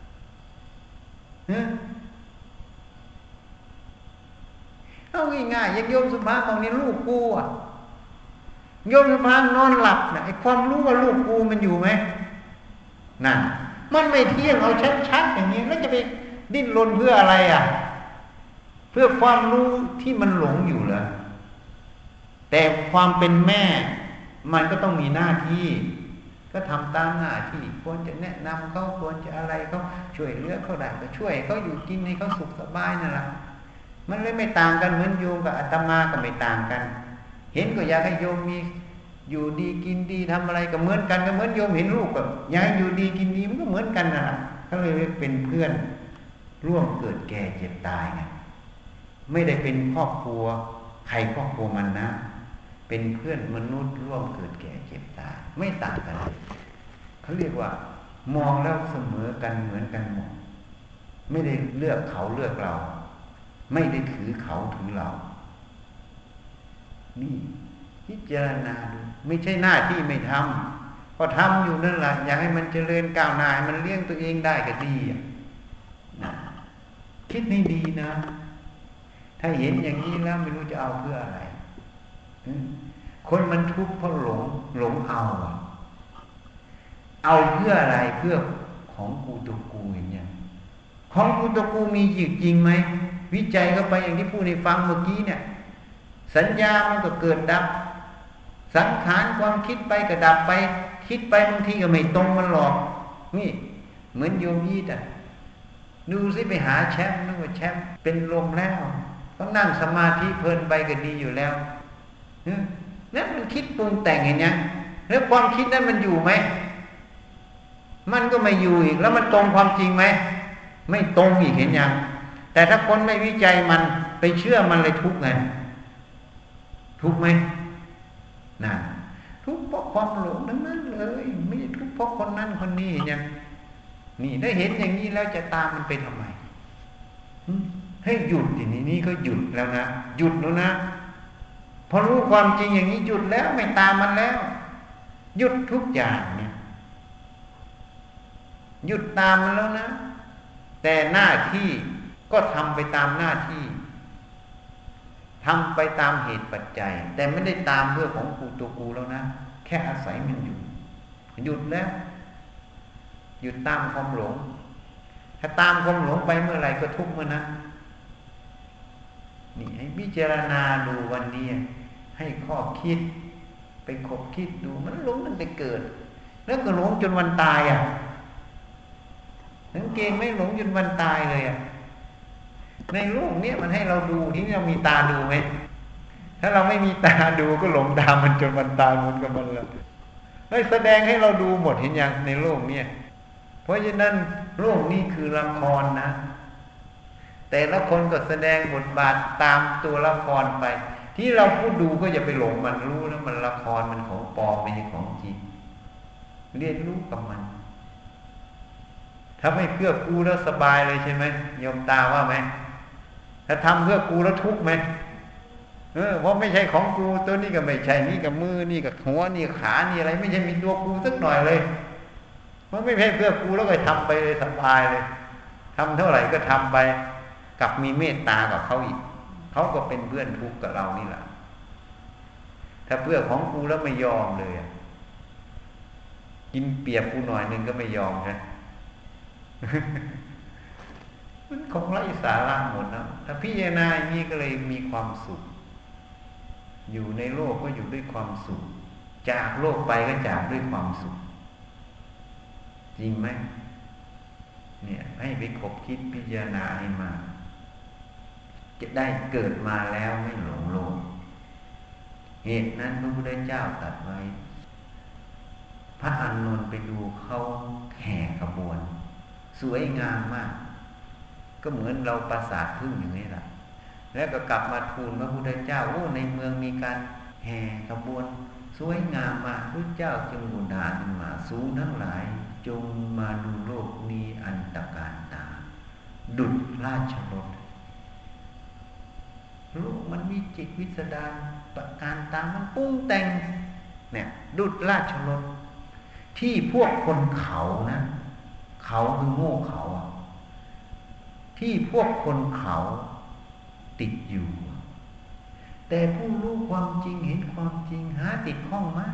เอาง่ายๆอย่างโยมสุภาพบอกนี่ลูกกูอ่ะโยมสุภาพนอนหลับนะไอ้ความรู้ว่าลูกกูมันอยู่ไหมนั่นมันไม่เที่ยงเอาชัดๆอย่างนี้แล้วจะไปดิ้นรนเพื่ออะไรอ่ะเพื่อความรู้ที่มันหลงอยู่เหรอแต่ความเป็นแม่มันก็ต้องมีหน้าที่ก็ทำตามหน้าที่ควรจะแนะนำเขาควรจะอะไรเขาช่วยเหลือเขาได้ก็ช่วยเขาอยู่กินให้เขาสุขสบายนั่นแหละมันเลยไม่ต่างกันเหมือนโยมกับอาตมาก็ไม่ต่างกันเห็นก็อยากให้โยมมีอยู่ดีกินดีทำอะไรก็เหมือนกันก็เหมือนโยมเห็นลูกก็อยากให้อยู่ดีกินดีมันก็เหมือนกันนะเขาเลยเป็นเพื่อนร่วมเกิดแก่เจ็บตายไงไม่ได้เป็นครอบครัวใครครอบครัวมันนะเป็นเพื่อนมนุษย์ร่วมเกิดแก่เจ็บตายไม่ต่างกันเขาเรียกว่ามองแล้วเสมอกันเหมือนกันหมดไม่ได้เลือกเขาเลือกเราไม่ได้ถือเขาถือเรานี่พิจารณาดูไม่ใช่หน้าที่ไม่ทำก็ทำอยู่นั่นแหละอยากให้มันเจริญก้าวหน้ามันเลี้ยงตัวเองได้ก็ดีนะคิดให้ดีนะถ้าเห็นอย่างนี้แล้วไม่รู้จะเอาเพื่ออะไรคนมันทุกข์เพราะหลงหลงเอาเอาเพื่ออะไรเพื่อของกูตัวกูอย่างเงี้ยของกูตัวกูมีจริงจริงไหมวิจัยเข้าไปอย่างที่พูดในฟังเมื่อกี้เนี่ยสัญญามันก็เกิดดับสังขารความคิดไปก็ดับไปคิดไปบางทีก็ไม่ตรงมันหรอกนี่เหมือนโยมยีดอ่ะดูสิไปหาแชมป์นึกว่าแชมป์เป็นลมแล้วต้องนั่งสมาธิเพลินไปก็ดีอยู่แล้วนั่นมันคิดปรุงแต่งอย่างนี้แล้วความคิดนั้นมันอยู่ไหมมันก็ไม่อยู่อีกแล้วมันตรงความจริงไหมไม่ตรงอีกเห็นยังแต่ถ้าคนไม่วิจัยมันไปเชื่อมันเลยทุกข์ไงทุกข์ไหมนั่นทุกข์เพราะความหลงนั้นเลยไม่ได้ทุกข์เพเพราะคนนั้นคนนี้เนี่ยนี่ได้เห็นอย่างนี้แล้วจะตามมันไปทำไมให้หยุดทีนี้นี่ก็หยุดแล้วนะหยุดแล้วนะพอรู้ความจริงอย่างนี้หยุดแล้วไม่ตามมันแล้วหยุดทุกอย่างเนี่ยหยุดตามมันแล้วนะแต่หน้าที่ก็ทำไปตามหน้าที่ทำไปตามเหตุปัจจัยแต่ไม่ได้ตามเพื่อของกูตัวกูแล้วนะแค่อาศัยมันอยู่หยุดแล้วหยุดตามความหลงถ้าตามความหลงไปเมื่อไหร่ก็ทุกข์เมื่อนั้นนี่ให้พิจารณาดูวันนี้ให้ข้อคิดไปคบคิดดูมันหลงตั้งแต่เกิดแล้วก็หลงจนวันตายอ่ะสังเกตไม่หลงจนวันตายเลยอ่ะในโลกนี้มันให้เราดูที่เรามีตาดูไหมถ้าเราไม่มีตาดูก็หลงตามมันจนวันตายมันกับมันแล้วให้แสดงให้เราดูหมดเห็นอย่างในโลกนี้เพราะฉะนั้นโลกนี้คือละครนะแต่ละคนก็แสดงบทบาทตามตัวละครไปที่เราพูดดูก็อย่าไปหลงมันรู้แล้วมันละครมันของปลอมไม่ใช่ของจริงเรียนรู้กับมันถ้าไม่เพื่อกูแล้วสบายเลยใช่ไหมโยมตาว่าไหมถ้าทำเพื่อกูแล้วทุกข์ไหมเออเพราะไม่ใช่ของกูตัวนี้ก็ไม่ใช่นี่กับมือนี่กับหัวนี่ขานี่อะไรไม่ใช่มีตัวกูสักหน่อยเลยมันไม่ใช่เพื่อกูแล้วก็ทำไปเลยสบายเลยทำเท่าไหร่ก็ทำไปกับมีเมตตากับเขาอีกเขาก็เป็นเพื่อนทุกข์กับเรานี่แหละถ้าเพื่อของกูแล้วไม่ยอมเลยกินเปรียบกูหน่อยนึงก็ไม่ยอมใช่มันของไร้สาระหมดนะถ้าพิจารณาอย่างนี้ก็เลยมีความสุขอยู่ในโลกก็อยู่ด้วยความสุขจากโลกไปก็จากด้วยความสุขจริงไหมเนี่ยให้ไปคบคิดพิจารณาให้มาจะได้เกิดมาแล้วไม่หลงโลกเหตุนั้นพระพุทธเจ้าตรัสไว้พระอานนท์ไปดูเขาแห่ขบวนสวยงามมากก็เหมือนเราปราสาทพึ่งอย่างนี้แหละแล้วก็กลับมาทูลพระพุทธเจ้าโอ้ในเมืองมีการแห่ขบวนสวยงามมากพระเจ้าจึงอุทานขึ้นมาสูงทั้งหลายจงมาดูโลกนี้อันตการตาดุจราชรถโลกมันมีจิตวิสดารประการตามันปรุงแต่งเนี่ยดุจราชรถที่พวกคนเขานะเขาคือโง่เขาที่พวกคนเขาติดอยู่แต่ผู้รู้ความจริงเห็นความจริงหาติดข้องไม่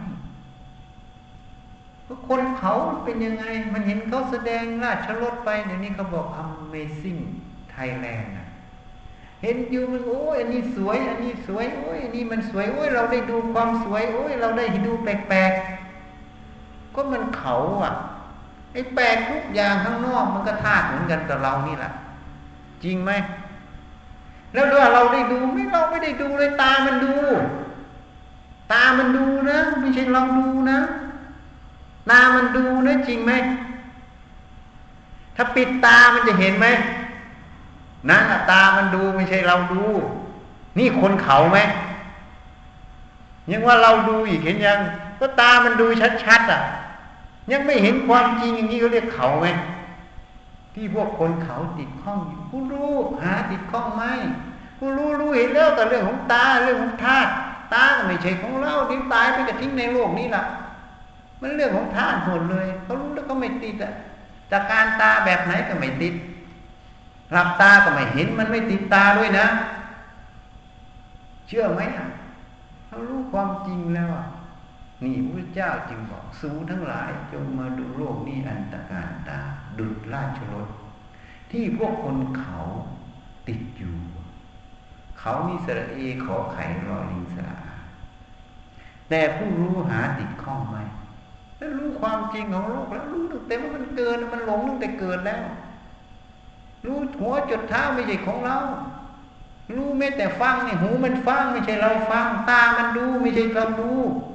เพราะคนเขาเป็นยังไงมันเห็นเขาแสดงราชรถไปเดี๋ยวนี้เขาบอก Amazing Thailand นะเห็นอยู่มันโอ้ยอันนี้สวยอันนี้สวยโอ้ยอันนี้มันสวยโอ้ยเราได้ดูความสวยโอ้ยเราได้ดูแปลกๆก็มันเขาอ่ะไอ้แปลกทุกอย่างข้างนอกมันก็ธาตุเหมือนกันกับเรานี่แหละจริงไหมแล้วถ้าเราได้ดูไม่เราไม่ได้ดูเลยตามันดูตามันดูนะไม่ใช่เราดูนะตามันดูนะจริงไหมถ้าปิดตามันจะเห็นไหมนั่นตามันดูไม่ใช่เราดูนี่คนเขาไหมยังว่าเราดูอีกเห็นยังก็ตามันดูชัดๆอ่ะยังไม่เห็นความจริงอย่างนี้เขาเรียกเขาไหมที่พวกคนเขาติดข้องอยู่ผู้รู้หาติดข้องไหมผู้รู้รู้เห็นแล้วแต่เรื่องของตาเรื่องของธาตุตาก็ไม่ใช่ของเราทิ้งตายไปก็ทิ้งในโลกนี้ล่ะมันเรื่องของธาตุหมดเลยเขารู้แล้วก็ไม่ติดอ่ะจากการตาแบบไหนก็ไม่ติดหลับตาก็ไม่เห็นมันไม่ติดตาด้วยนะเชื่อไหมอ่ะเขารู้ความจริงแล้วอ่ะนี่พระเจ้าจึงบอกสูทั้งหลายจงมาดูโลกนี้อันตการตาดุจราชรถที่พวกคนเขาติดอยู่เขานี่สระเอขอไข่รอลิงสระอาแต่ผู้รู้หาติดข้องไหมแล้วรู้ความจริงของโลกแล้วรู้ตั้งแต่ว่ามันเกินมันหลงตั้งแต่เกิดแล้วรู้หัวจดเท้าไม่ใช่ของเรารู้แม้แต่ฟังเนี่ยหูมันฟังไม่ใช่เราฟังตามันดูไม่ใช่เราดู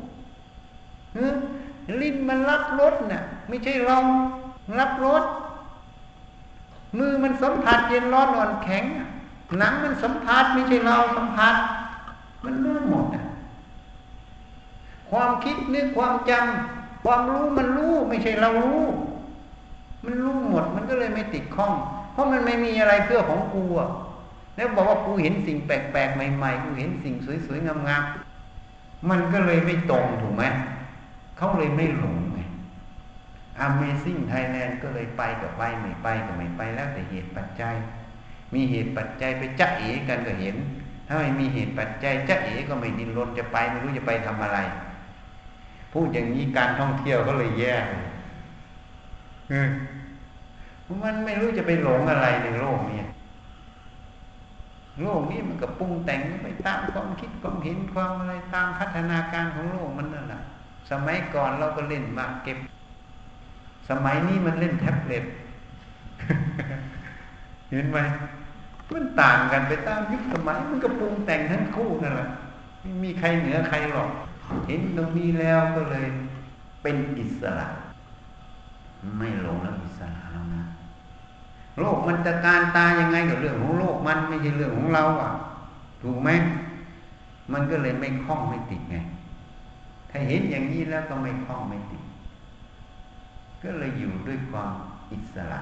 ลิ้นมันรับรสน่ะไม่ใช่เรารับรสมือมันสัมผัสเย็นร้อนอ่อนแข็งหนังมันสัมผัสไม่ใช่เราสัมผัสมันรู้หมดน่ะความคิดนึกความจความรู้มันรู้ไม่ใช่เรารู้มันรู้หมดมันก็เลยไม่ติดข้องเพราะมันไม่มีอะไรเพื่อของกูอ่ะแล้วบอกว่ากูเห็นสิ่งแปลกๆใหม่ๆกูเห็นสิ่งสวยๆงามๆมันก็เลยไม่ตรงถูกไหมเขาเลยไม่หลงไง Amazing Thailand ก็เลยไปกับไปไม่ไปก็ไม่ไปแล้วแต่เหตุปัจจัยมีเหตุปัจจัยไปจ๊ะเอ๋กันก็เห็นถ้าไม่มีเหตุปัจจัยจ๊ะเอ๋ก็ไม่ดิ้นรนจะไปไม่รู้จะไปทำอะไรพูดอย่างนี้การท่องเที่ยวก็เลยแย่มันไม่รู้จะไปหลงอะไรในโลกนี้โลกนี้มันก็ปรุงแต่งไปตามความคิดความเห็นความอะไรตามพัฒนาการของโลกมันนั่นแหละสมัยก่อนเราก็เล่นหมากเก็บสมัยนี้มันเล่นแท็บเล็ต เห็นไหมมันต่างกันไปตามยุคสมัยมันก็ปรุงแต่งทั้งคู่นั่นแหละไม่มีใครเหนือใครหรอกเห็นตรงนี้แล้วก็เลยเป็นอิสระไม่หลงแล้วอิสระแล้วนะโลกมันจะการตายยังไงกับเรื่องของโลกมันไม่ใช่เรื่องของเราอ่ะถูกไหมมันก็เลยไม่คล้องไม่ติดไงถ้าเห็นอย่างนี้แล้วก็ไม่คล้องไม่ติดก็เลยอยู่ด้วยความอิสระ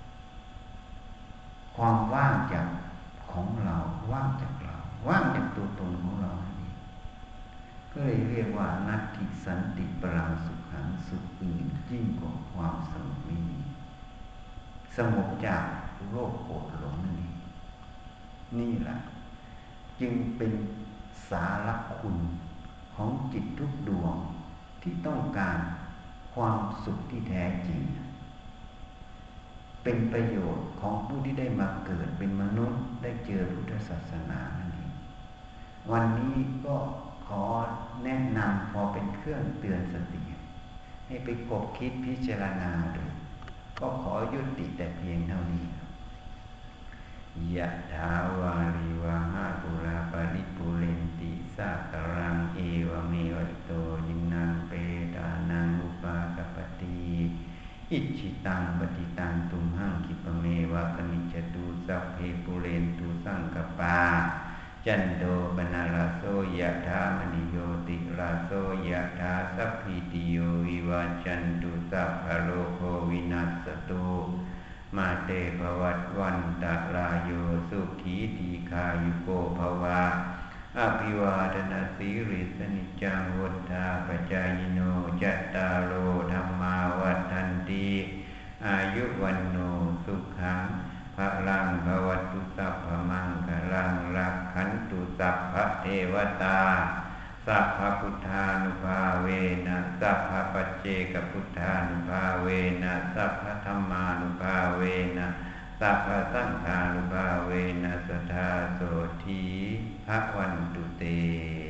ความว่างจากของเราว่างจากเราว่างจากตัวตนของเรานี่ก็เลยเรียกว่านัตถิสันติปรังสุขังสุขอื่นยิ่งกว่าความสงบไม่มีสงบจากโรคโกรธหลงนี่นี่แหละจึงเป็นสาระคุณของจิตทุกดวงที่ต้องการความสุขที่แท้จริงเป็นประโยชน์ของผู้ที่ได้มาเกิดเป็นมนุษย์ได้เจอพุทธศาสนานั่นเองวันนี้ก็ขอแนะนำพอเป็นเครื่องเตือนสติให้ไปกบคิดพิจารณาดูก็ขอยุติแต่เพียงเท่านี้ยะถาวาริวหาปุราปริปุเรนติสาคารังเอวเมวะโตยินังเปตานังอุปากปติอิจิตังปฏิตังตุมหังคิปเมวะกนิจจตุสัพเพปุเรนตุสังกปาจันโดปนาราโสยะถามณิโยติราโสยะถาสัพพิติโยวิวัจจันตุสัพพะโลกโควินัสสตุมาเตภวัตวันตะรายโยสุขีทีคายุโกภวะอภิวาทนาสีริสนิจังวุฒาปจายโนจัตตารโอธรรมาวัฏันติอายุวันโนสุขังพลังภวัตุสัพพมังคลังรักขันตุสัพพะเทวตาสัพพพุทธานุภาเวนะสัพพปัจเจกพุทธานุภาเวนะสัพพธัมมานุภาเวนะสัพพสังฆานุภาเวนะสัทธาโสธีภวันตุเต